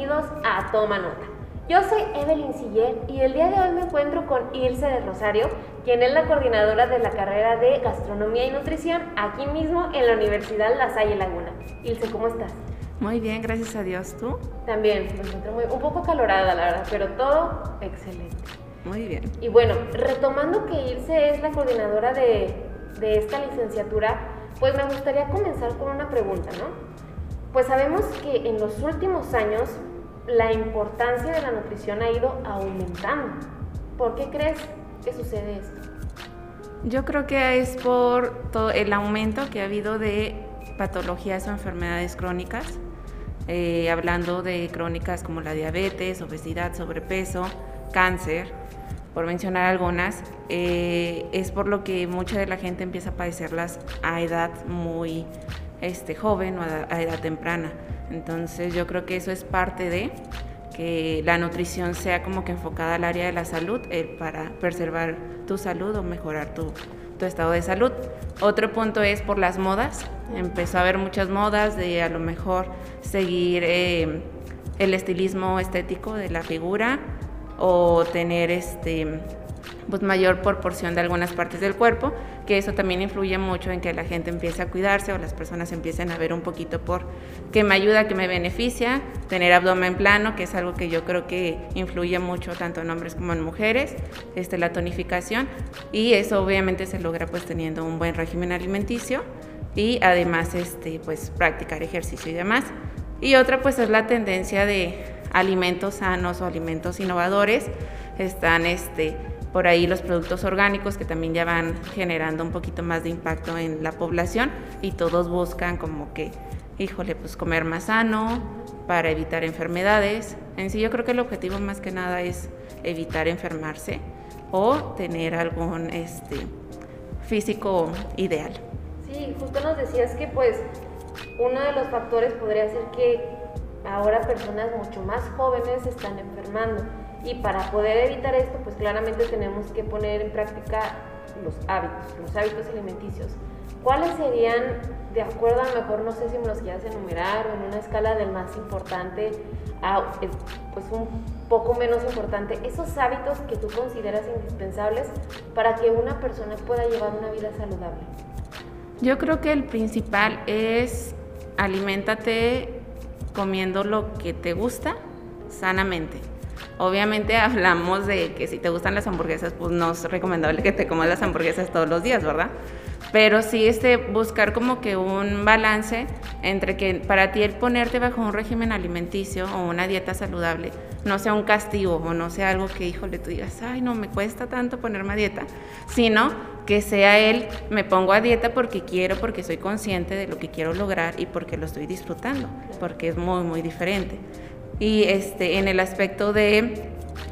bienvenidos a Toma Nota. Yo soy Evelyn Siller y el día de hoy me encuentro con Ilse del Rosario, quien es la coordinadora de la carrera de Gastronomía y Nutrición aquí mismo en la Universidad La Salle Laguna. Ilse, ¿cómo estás? Muy bien, gracias a Dios. ¿Tú? También, me encuentro un poco acalorada, la verdad, pero todo excelente. Muy bien. Y bueno, retomando que Ilse es la coordinadora de esta licenciatura, pues me gustaría comenzar con una pregunta, ¿no? Pues sabemos que en los últimos años la importancia de la nutrición ha ido aumentando. ¿Por qué crees que sucede esto? Yo creo que es por todo el aumento que ha habido de patologías o enfermedades crónicas, hablando de crónicas como la diabetes, obesidad, sobrepeso, cáncer, por mencionar algunas, es por lo que mucha de la gente empieza a padecerlas a edad muy joven o a edad temprana. Entonces yo creo que eso es parte de que la nutrición sea como que enfocada al área de la salud para preservar tu salud o mejorar tu estado de salud. Otro punto es por las modas. Empezó a haber muchas modas de a lo mejor seguir el estilismo estético de la figura o tener pues mayor proporción de algunas partes del cuerpo, que eso también influye mucho en que la gente empiece a cuidarse o las personas empiecen a ver un poquito por qué me ayuda, qué me beneficia, tener abdomen plano, que es algo que yo creo que influye mucho tanto en hombres como en mujeres, la tonificación, y eso obviamente se logra pues teniendo un buen régimen alimenticio y además pues practicar ejercicio y demás. Y otra pues es la tendencia de alimentos sanos o alimentos innovadores. Están por ahí los productos orgánicos que también ya van generando un poquito más de impacto en la población y todos buscan como que, híjole, pues comer más sano para evitar enfermedades. En sí yo creo que el objetivo más que nada es evitar enfermarse o tener algún físico ideal. Sí, justo nos decías que pues uno de los factores podría ser que ahora personas mucho más jóvenes se están enfermando. Y para poder evitar esto, pues claramente tenemos que poner en práctica los hábitos alimenticios. ¿Cuáles serían, de acuerdo, a lo mejor no sé si me los quieras enumerar o en una escala del más importante a pues un poco menos importante, esos hábitos que tú consideras indispensables para que una persona pueda llevar una vida saludable? Yo creo que el principal es aliméntate comiendo lo que te gusta sanamente. Obviamente hablamos de que si te gustan las hamburguesas, pues no es recomendable que te comas las hamburguesas todos los días, ¿verdad? Pero sí buscar como que un balance entre que para ti el ponerte bajo un régimen alimenticio o una dieta saludable no sea un castigo o no sea algo que, híjole, tú digas, ay, no, me cuesta tanto ponerme a dieta, sino que sea me pongo a dieta porque quiero, porque soy consciente de lo que quiero lograr y porque lo estoy disfrutando, porque es muy, muy diferente. Y en el aspecto de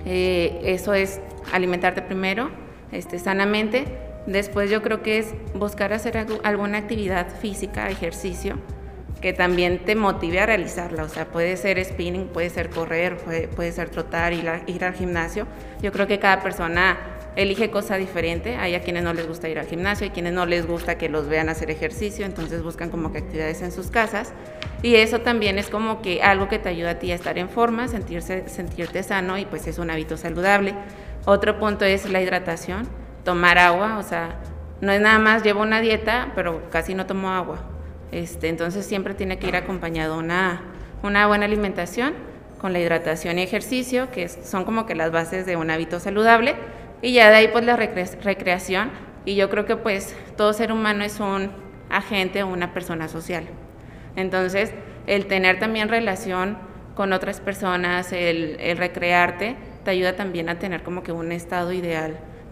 eso es alimentarte primero, sanamente. Después yo creo que es buscar hacer alguna actividad física, ejercicio, que también te motive a realizarla. O sea, puede ser spinning, puede ser correr, puede ser trotar, ir al gimnasio. Yo creo que cada persona elige cosa diferente. Hay a quienes no les gusta ir al gimnasio, hay quienes no les gusta que los vean hacer ejercicio, entonces buscan como que actividades en sus casas. Y eso también es como que algo que te ayuda a ti a estar en forma, sentirte sano y pues es un hábito saludable. Otro punto es la hidratación, tomar agua, o sea, no es nada más llevo una dieta, pero casi no tomo agua. Entonces siempre tiene que ir acompañado una buena alimentación con la hidratación y ejercicio, que son como que las bases de un hábito saludable. Y ya de ahí pues la recreación, y yo creo que pues todo ser humano es un agente o una persona social. Entonces el tener también relación con otras personas, el recrearte, te ayuda también a tener como que un estado ideal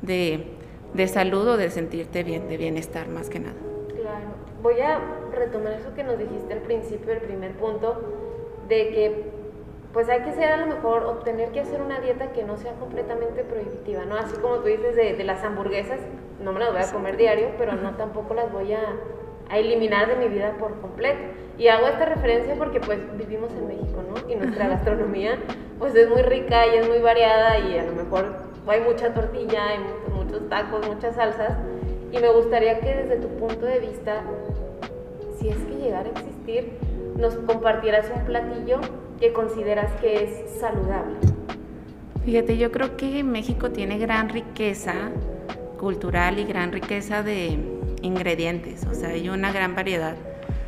de salud o de sentirte bien, de bienestar más que nada. Claro, voy a retomar eso que nos dijiste al principio, el primer punto, de que pues hay que ser a lo mejor, o tener que hacer una dieta que no sea completamente prohibitiva, ¿no? Así como tú dices de las hamburguesas, no me las voy a comer diario, pero no tampoco las voy a eliminar de mi vida por completo. Y hago esta referencia porque pues vivimos en México, ¿no? Y nuestra gastronomía pues es muy rica y es muy variada y a lo mejor hay mucha tortilla, hay muchos tacos, muchas salsas. Y me gustaría que desde tu punto de vista, si es que llegara a existir, nos compartieras un platillo que consideras que es saludable? Fíjate, yo creo que México tiene gran riqueza cultural y gran riqueza de ingredientes, o sea, hay una gran variedad.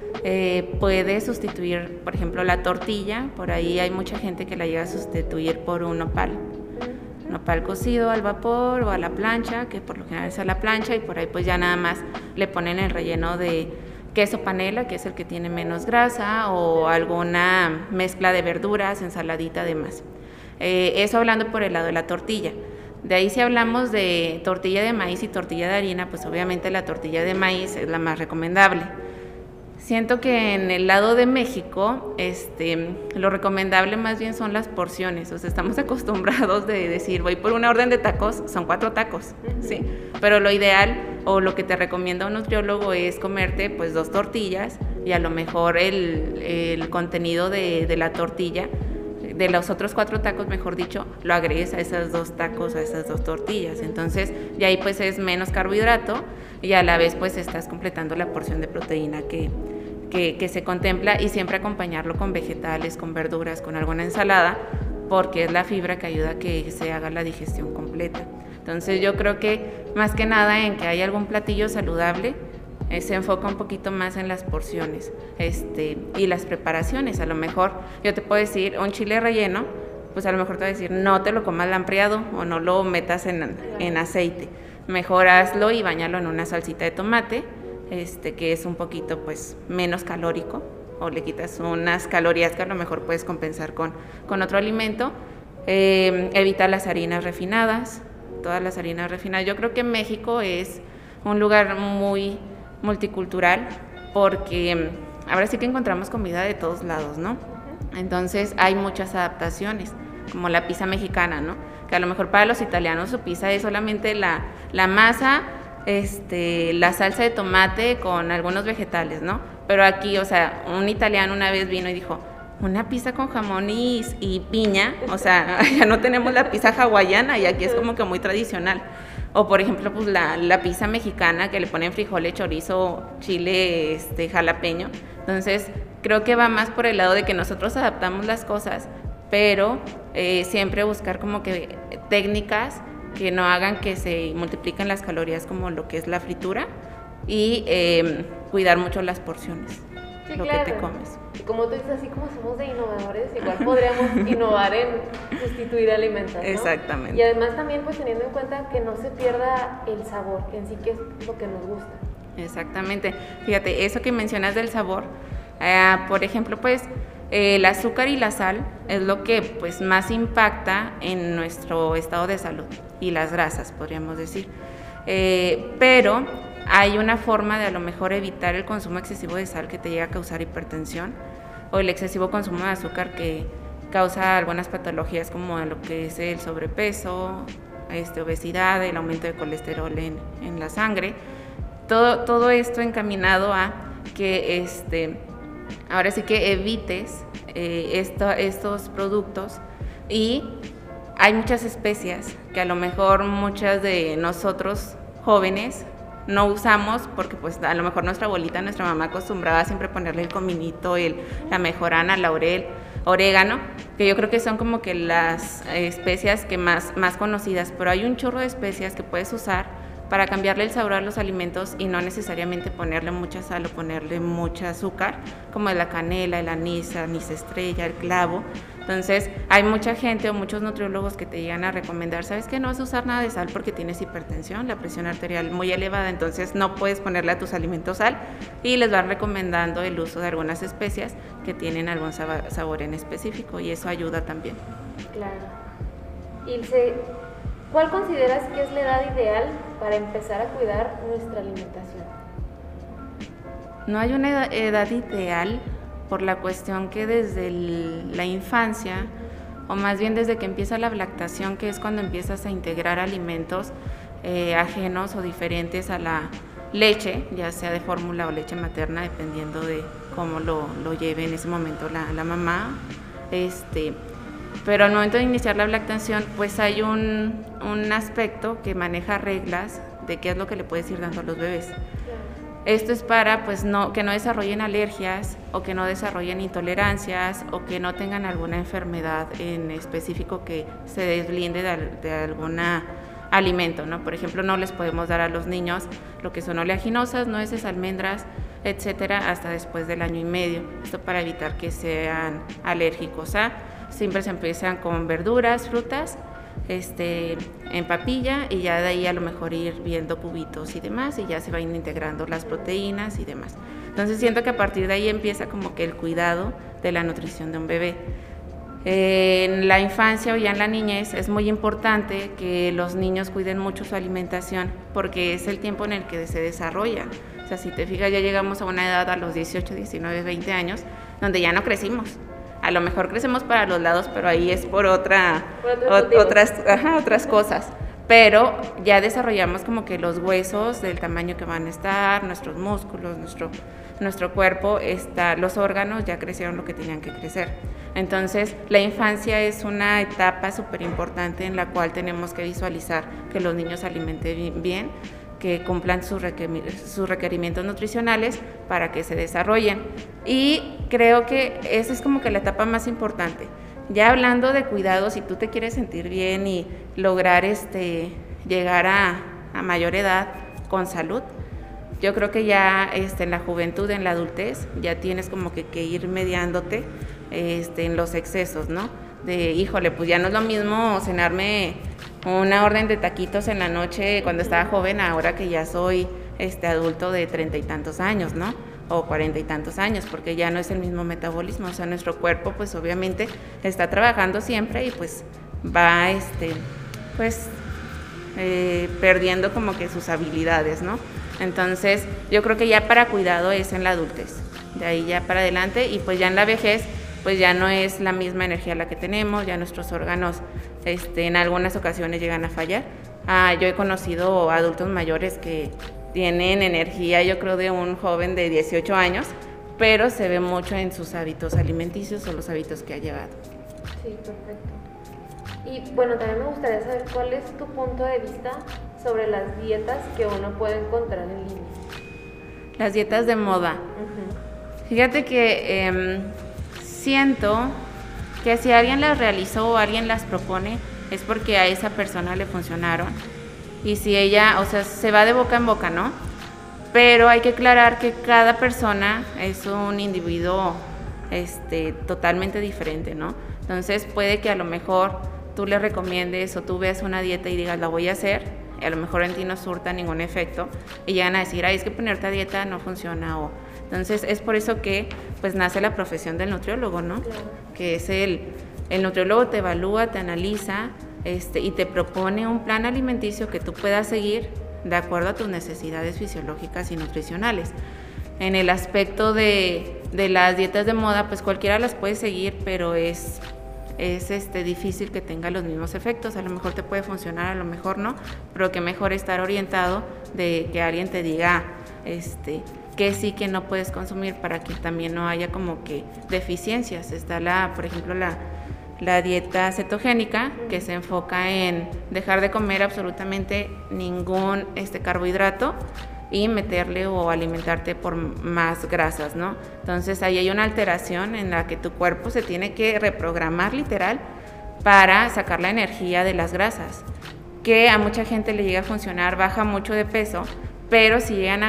Puede sustituir, por ejemplo, la tortilla, por ahí hay mucha gente que la llega a sustituir por un nopal cocido al vapor o a la plancha, que por lo general es a la plancha, y por ahí pues ya nada más le ponen el relleno de queso panela, que es el que tiene menos grasa, o alguna mezcla de verduras, ensaladita, demás. Eso hablando por el lado de la tortilla. De ahí si hablamos de tortilla de maíz y tortilla de harina, pues obviamente la tortilla de maíz es la más recomendable. Siento que en el lado de México, lo recomendable más bien son las porciones. O sea, estamos acostumbrados de decir, voy por una orden de tacos, son 4 tacos, ¿sí? Pero lo ideal o lo que te recomienda un nutriólogo es comerte pues 2 tortillas y a lo mejor el contenido de la tortilla, de los otros 4 tacos, mejor dicho, lo agregues a esos 2 tacos, a esas 2 tortillas. Entonces, y ahí pues es menos carbohidrato y a la vez pues estás completando la porción de proteína que se contempla, y siempre acompañarlo con vegetales, con verduras, con alguna ensalada, porque es la fibra que ayuda a que se haga la digestión completa. Entonces yo creo que más que nada en que haya algún platillo saludable, se enfoca un poquito más en las porciones y las preparaciones. A lo mejor yo te puedo decir un chile relleno, pues a lo mejor te voy a decir no te lo comas lampreado o no lo metas en aceite, mejor hazlo y báñalo en una salsita de tomate, que es un poquito pues menos calórico, o le quitas unas calorías que a lo mejor puedes compensar con otro alimento. Evita las harinas refinadas, todas las harinas refinadas. Yo creo que México es un lugar muy multicultural, porque ahora sí que encontramos comida de todos lados, ¿no? Entonces hay muchas adaptaciones, como la pizza mexicana, ¿no? Que a lo mejor para los italianos su pizza es solamente la masa, la salsa de tomate con algunos vegetales, ¿no? Pero aquí, o sea, un italiano una vez vino y dijo, una pizza con jamón y piña, o sea, ya no tenemos la pizza hawaiana y aquí es como que muy tradicional. O por ejemplo, pues la pizza mexicana que le ponen frijoles, chorizo, chile, jalapeño. Entonces, creo que va más por el lado de que nosotros adaptamos las cosas, pero siempre buscar como que técnicas que no hagan que se multipliquen las calorías, como lo que es la fritura, y cuidar mucho las porciones, sí, lo claro. que te comes. Y como tú dices, así como somos de innovadores, igual podríamos innovar en sustituir alimentos, ¿no? Exactamente. Y además también pues teniendo en cuenta que no se pierda el sabor, en sí que es lo que nos gusta. Exactamente. Fíjate, eso que mencionas del sabor, por ejemplo, pues el azúcar y la sal es lo que pues más impacta en nuestro estado de salud, y las grasas, podríamos decir. Pero hay una forma de a lo mejor evitar el consumo excesivo de sal que te llega a causar hipertensión, o el excesivo consumo de azúcar que causa algunas patologías como lo que es el sobrepeso, obesidad, el aumento de colesterol en la sangre. Todo esto encaminado a que ahora sí que evites estos productos. Y hay muchas especias que a lo mejor muchas de nosotros jóvenes no usamos, porque pues a lo mejor nuestra abuelita, nuestra mamá acostumbraba siempre ponerle el cominito, la mejorana, laurel, orégano, que yo creo que son como que las especias que más conocidas, pero hay un chorro de especias que puedes usar para cambiarle el sabor a los alimentos y no necesariamente ponerle mucha sal o ponerle mucha azúcar, como la canela, el anís estrella, el clavo. Entonces hay mucha gente o muchos nutriólogos que te llegan a recomendar, ¿sabes qué? No vas a usar nada de sal porque tienes hipertensión, la presión arterial muy elevada, entonces no puedes ponerle a tus alimentos sal, y les van recomendando el uso de algunas especias que tienen algún sabor en específico, y eso ayuda también. Claro. Ilse, ¿cuál consideras que es la edad ideal para empezar a cuidar nuestra alimentación? No hay una edad ideal, por la cuestión que desde la infancia, o más bien desde que empieza la lactación, que es cuando empiezas a integrar alimentos ajenos o diferentes a la leche, ya sea de fórmula o leche materna, dependiendo de cómo lo lleve en ese momento la mamá. Pero al momento de iniciar la lactación, pues hay un aspecto que maneja reglas de qué es lo que le puedes ir dando a los bebés. Esto es para pues que no desarrollen alergias o que no desarrollen intolerancias o que no tengan alguna enfermedad en específico que se deslinde de algún alimento, ¿no? Por ejemplo, no les podemos dar a los niños lo que son oleaginosas, nueces, almendras, etcétera, hasta después del 1 año y medio. Esto para evitar que sean alérgicos. Siempre se empiezan con verduras, frutas, en papilla, y ya de ahí a lo mejor ir viendo cubitos y demás, y ya se van integrando las proteínas y demás. Entonces siento que a partir de ahí empieza como que el cuidado de la nutrición de un bebé. En la infancia o ya en la niñez es muy importante que los niños cuiden mucho su alimentación, porque es el tiempo en el que se desarrollan. O sea, si te fijas, ya llegamos a una edad a los 18, 19, 20 años, donde ya no crecimos. A lo mejor crecemos para los lados, pero ahí es por otras cosas. Pero ya desarrollamos como que los huesos del tamaño que van a estar, nuestros músculos, nuestro cuerpo, los órganos ya crecieron lo que tenían que crecer. Entonces, la infancia es una etapa súper importante en la cual tenemos que visualizar que los niños se alimenten bien, que cumplan sus requerimientos nutricionales para que se desarrollen. Y creo que esa es como que la etapa más importante. Ya hablando de cuidados, si tú te quieres sentir bien y lograr llegar a mayor edad con salud, yo creo que ya en la juventud, en la adultez, ya tienes como que ir mediándote en los excesos, ¿no? Híjole, pues ya no es lo mismo cenarme una orden de taquitos en la noche cuando estaba joven, ahora que ya soy adulto de 30 y tantos años, ¿no? O 40 y tantos años, porque ya no es el mismo metabolismo. O sea, nuestro cuerpo pues obviamente está trabajando siempre y pues va perdiendo como que sus habilidades, ¿no? Entonces yo creo que ya para cuidado es en la adultez, de ahí ya para adelante, y pues ya en la vejez pues ya no es la misma energía la que tenemos, ya nuestros órganos en algunas ocasiones llegan a fallar. Yo he conocido adultos mayores que tienen energía, yo creo, de un joven de 18 años, pero se ve mucho en sus hábitos alimenticios o los hábitos que ha llevado. Sí, perfecto. Y bueno, también me gustaría saber cuál es tu punto de vista sobre las dietas que uno puede encontrar en línea. Las dietas de moda. Fíjate que siento que si alguien las realizó o alguien las propone es porque a esa persona le funcionaron, y si ella, o sea, se va de boca en boca, ¿no? Pero hay que aclarar que cada persona es un individuo totalmente diferente, ¿no? Entonces puede que a lo mejor tú le recomiendes o tú veas una dieta y digas, la voy a hacer, y a lo mejor en ti no surta ningún efecto, y llegan a decir, es que ponerte a dieta no funciona. Entonces es por eso que pues nace la profesión del nutriólogo, ¿no? Claro. Que es el nutriólogo te evalúa, te analiza y te propone un plan alimenticio que tú puedas seguir de acuerdo a tus necesidades fisiológicas y nutricionales. En el aspecto de las dietas de moda, pues cualquiera las puede seguir, pero es difícil que tenga los mismos efectos. A lo mejor te puede funcionar, a lo mejor no, pero que mejor estar orientado de que alguien te diga que sí, que no puedes consumir, para que también no haya como que deficiencias. Está por ejemplo, la dieta cetogénica, que se enfoca en dejar de comer absolutamente ningún carbohidrato y meterle o alimentarte por más grasas, ¿no? Entonces ahí hay una alteración en la que tu cuerpo se tiene que reprogramar literal para sacar la energía de las grasas, que a mucha gente le llega a funcionar, baja mucho de peso, pero si llegan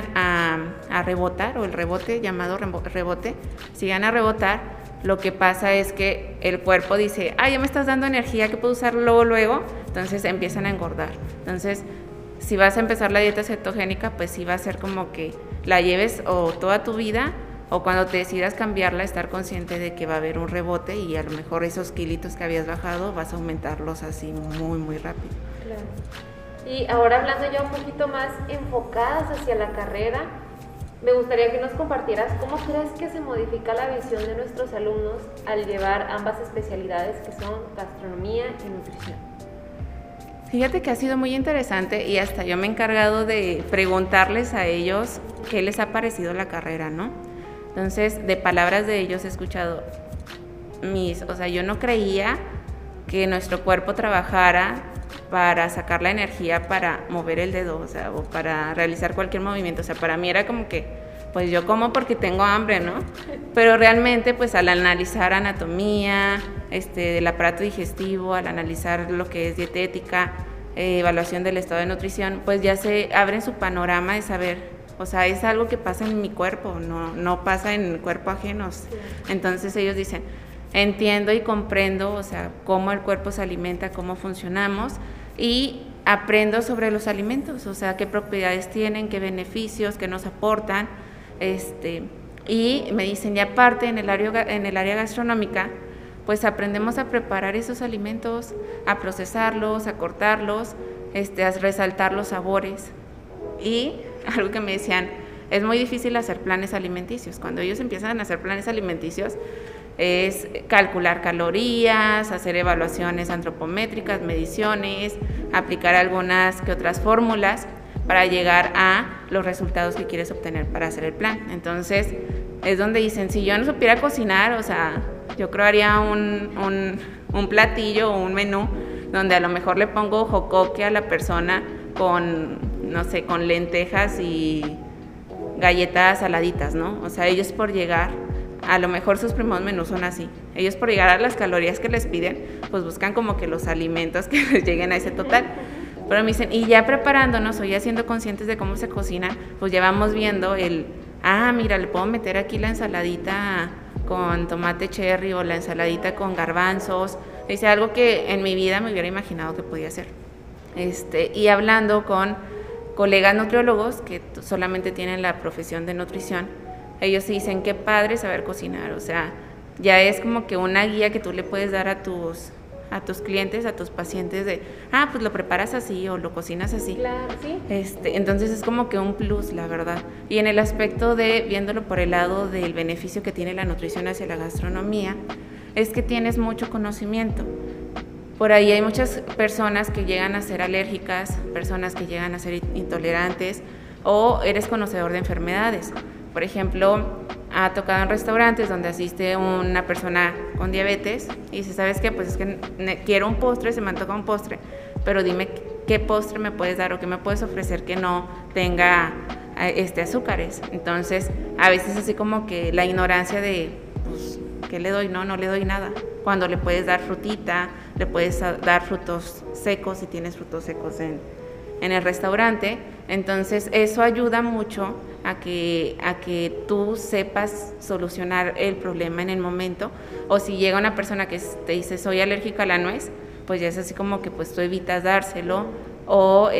a rebotar, o el rebote, llamado rebote, si llegan a rebotar, lo que pasa es que el cuerpo dice, ya me estás dando energía que puedo usar luego, entonces empiezan a engordar. Entonces, si vas a empezar la dieta cetogénica, pues sí va a ser como que la lleves o toda tu vida, o cuando te decidas cambiarla, estar consciente de que va a haber un rebote y a lo mejor esos kilitos que habías bajado vas a aumentarlos así muy, muy rápido. Claro. Y ahora hablando ya un poquito más enfocadas hacia la carrera, me gustaría que nos compartieras cómo crees que se modifica la visión de nuestros alumnos al llevar ambas especialidades, que son gastronomía y nutrición. Fíjate que ha sido muy interesante, y hasta yo me he encargado de preguntarles a ellos qué les ha parecido la carrera, ¿no? Entonces, de palabras de ellos he escuchado, yo no creía que nuestro cuerpo trabajara para sacar la energía para mover el dedo, o sea, o para realizar cualquier movimiento. O sea, para mí era como que, pues yo como porque tengo hambre, ¿no? Pero realmente, pues al analizar anatomía, del aparato digestivo, al analizar lo que es dietética, evaluación del estado de nutrición, pues ya se abre en su panorama de saber, o sea, es algo que pasa en mi cuerpo, no pasa en el cuerpo ajenos. Entonces ellos dicen, entiendo y comprendo, o sea, cómo el cuerpo se alimenta, cómo funcionamos, y aprendo sobre los alimentos, o sea, qué propiedades tienen, qué beneficios, qué nos aportan, y me dicen, y aparte en el área gastronómica, pues aprendemos a preparar esos alimentos, a procesarlos, a cortarlos, a resaltar los sabores. Y algo que me decían, es muy difícil hacer planes alimenticios. Cuando ellos empiezan a hacer planes alimenticios, es calcular calorías, hacer evaluaciones antropométricas, mediciones, aplicar algunas que otras fórmulas para llegar a los resultados que quieres obtener para hacer el plan. Entonces, es donde dicen, si yo no supiera cocinar, o sea, yo creo haría un platillo o un menú donde a lo mejor le pongo jocoque a la persona con, no sé, con lentejas y galletas saladitas, ¿no? O sea, ellos por llegar, a lo mejor sus primeros menús son así. Ellos por llegar a las calorías que les piden, pues buscan como que los alimentos que les lleguen a ese total. Pero me dicen, y ya preparándonos o ya siendo conscientes de cómo se cocina, pues ya vamos viendo mira, le puedo meter aquí la ensaladita con tomate cherry o la ensaladita con garbanzos. Dice, algo que en mi vida me hubiera imaginado que podía hacer. Y hablando con colegas nutriólogos que solamente tienen la profesión de nutrición, ellos dicen, qué padre saber cocinar, o sea, ya es como que una guía que tú le puedes dar a tus clientes, a tus pacientes de, pues lo preparas así o lo cocinas así. Claro, sí. Entonces es como que un plus, la verdad. Y en el aspecto de, viéndolo por el lado del beneficio que tiene la nutrición hacia la gastronomía, es que tienes mucho conocimiento. Por ahí hay muchas personas que llegan a ser alérgicas, personas que llegan a ser intolerantes, o eres conocedor de enfermedades. Por ejemplo, ha tocado en restaurantes donde asiste una persona con diabetes y dice, ¿sabes qué? Pues es que quiero un postre, se me antoja un postre, pero dime qué postre me puedes dar o qué me puedes ofrecer que no tenga azúcares. Entonces, a veces así como que la ignorancia de, pues, ¿qué le doy? No le doy nada. Cuando le puedes dar frutita, le puedes dar frutos secos si tienes frutos secos en el restaurante. Entonces eso ayuda mucho a que tú sepas solucionar el problema en el momento. O si llega una persona que te dice soy alérgica a la nuez, pues ya es así como que pues tú evitas dárselo. O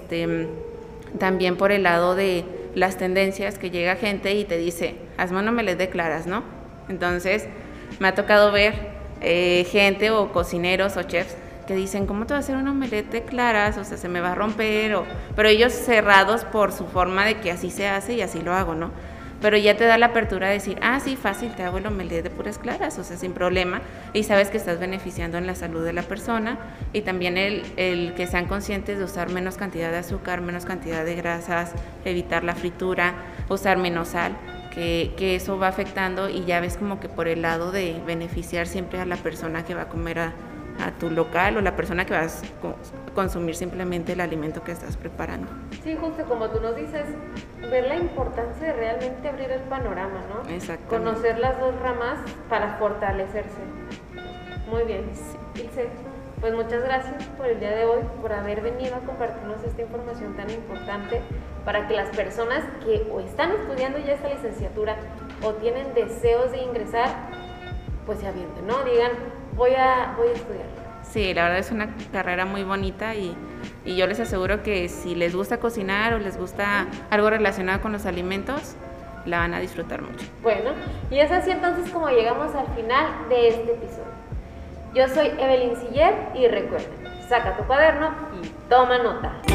también por el lado de las tendencias, que llega gente y te dice hazme un omelette de claras, ¿no? Entonces me ha tocado ver gente o cocineros o chefs que dicen, ¿cómo te va a hacer un omelette de claras? O sea, se me va a romper, pero ellos cerrados por su forma de que así se hace y así lo hago, ¿no? Pero ya te da la apertura de decir, sí, fácil, te hago el omelette de puras claras, o sea, sin problema, y sabes que estás beneficiando en la salud de la persona, y también el que sean conscientes de usar menos cantidad de azúcar, menos cantidad de grasas, evitar la fritura, usar menos sal, que eso va afectando, y ya ves como que por el lado de beneficiar siempre a la persona que va a comer a tu local o la persona que vas a consumir simplemente el alimento que estás preparando. Sí, justo como tú nos dices, ver la importancia de realmente abrir el panorama, ¿no? Exactamente. Conocer las dos ramas para fortalecerse. Muy bien. Sí. Ilse, pues muchas gracias por el día de hoy, por haber venido a compartirnos esta información tan importante para que las personas que o están estudiando ya esta licenciatura o tienen deseos de ingresar, pues se avienten, ¿no? Digan, voy a estudiar. Sí, la verdad es una carrera muy bonita y yo les aseguro que si les gusta cocinar o les gusta algo relacionado con los alimentos, la van a disfrutar mucho. Bueno, y es así entonces como llegamos al final de este episodio. Yo soy Evelyn Siller y recuerden, saca tu cuaderno y toma nota.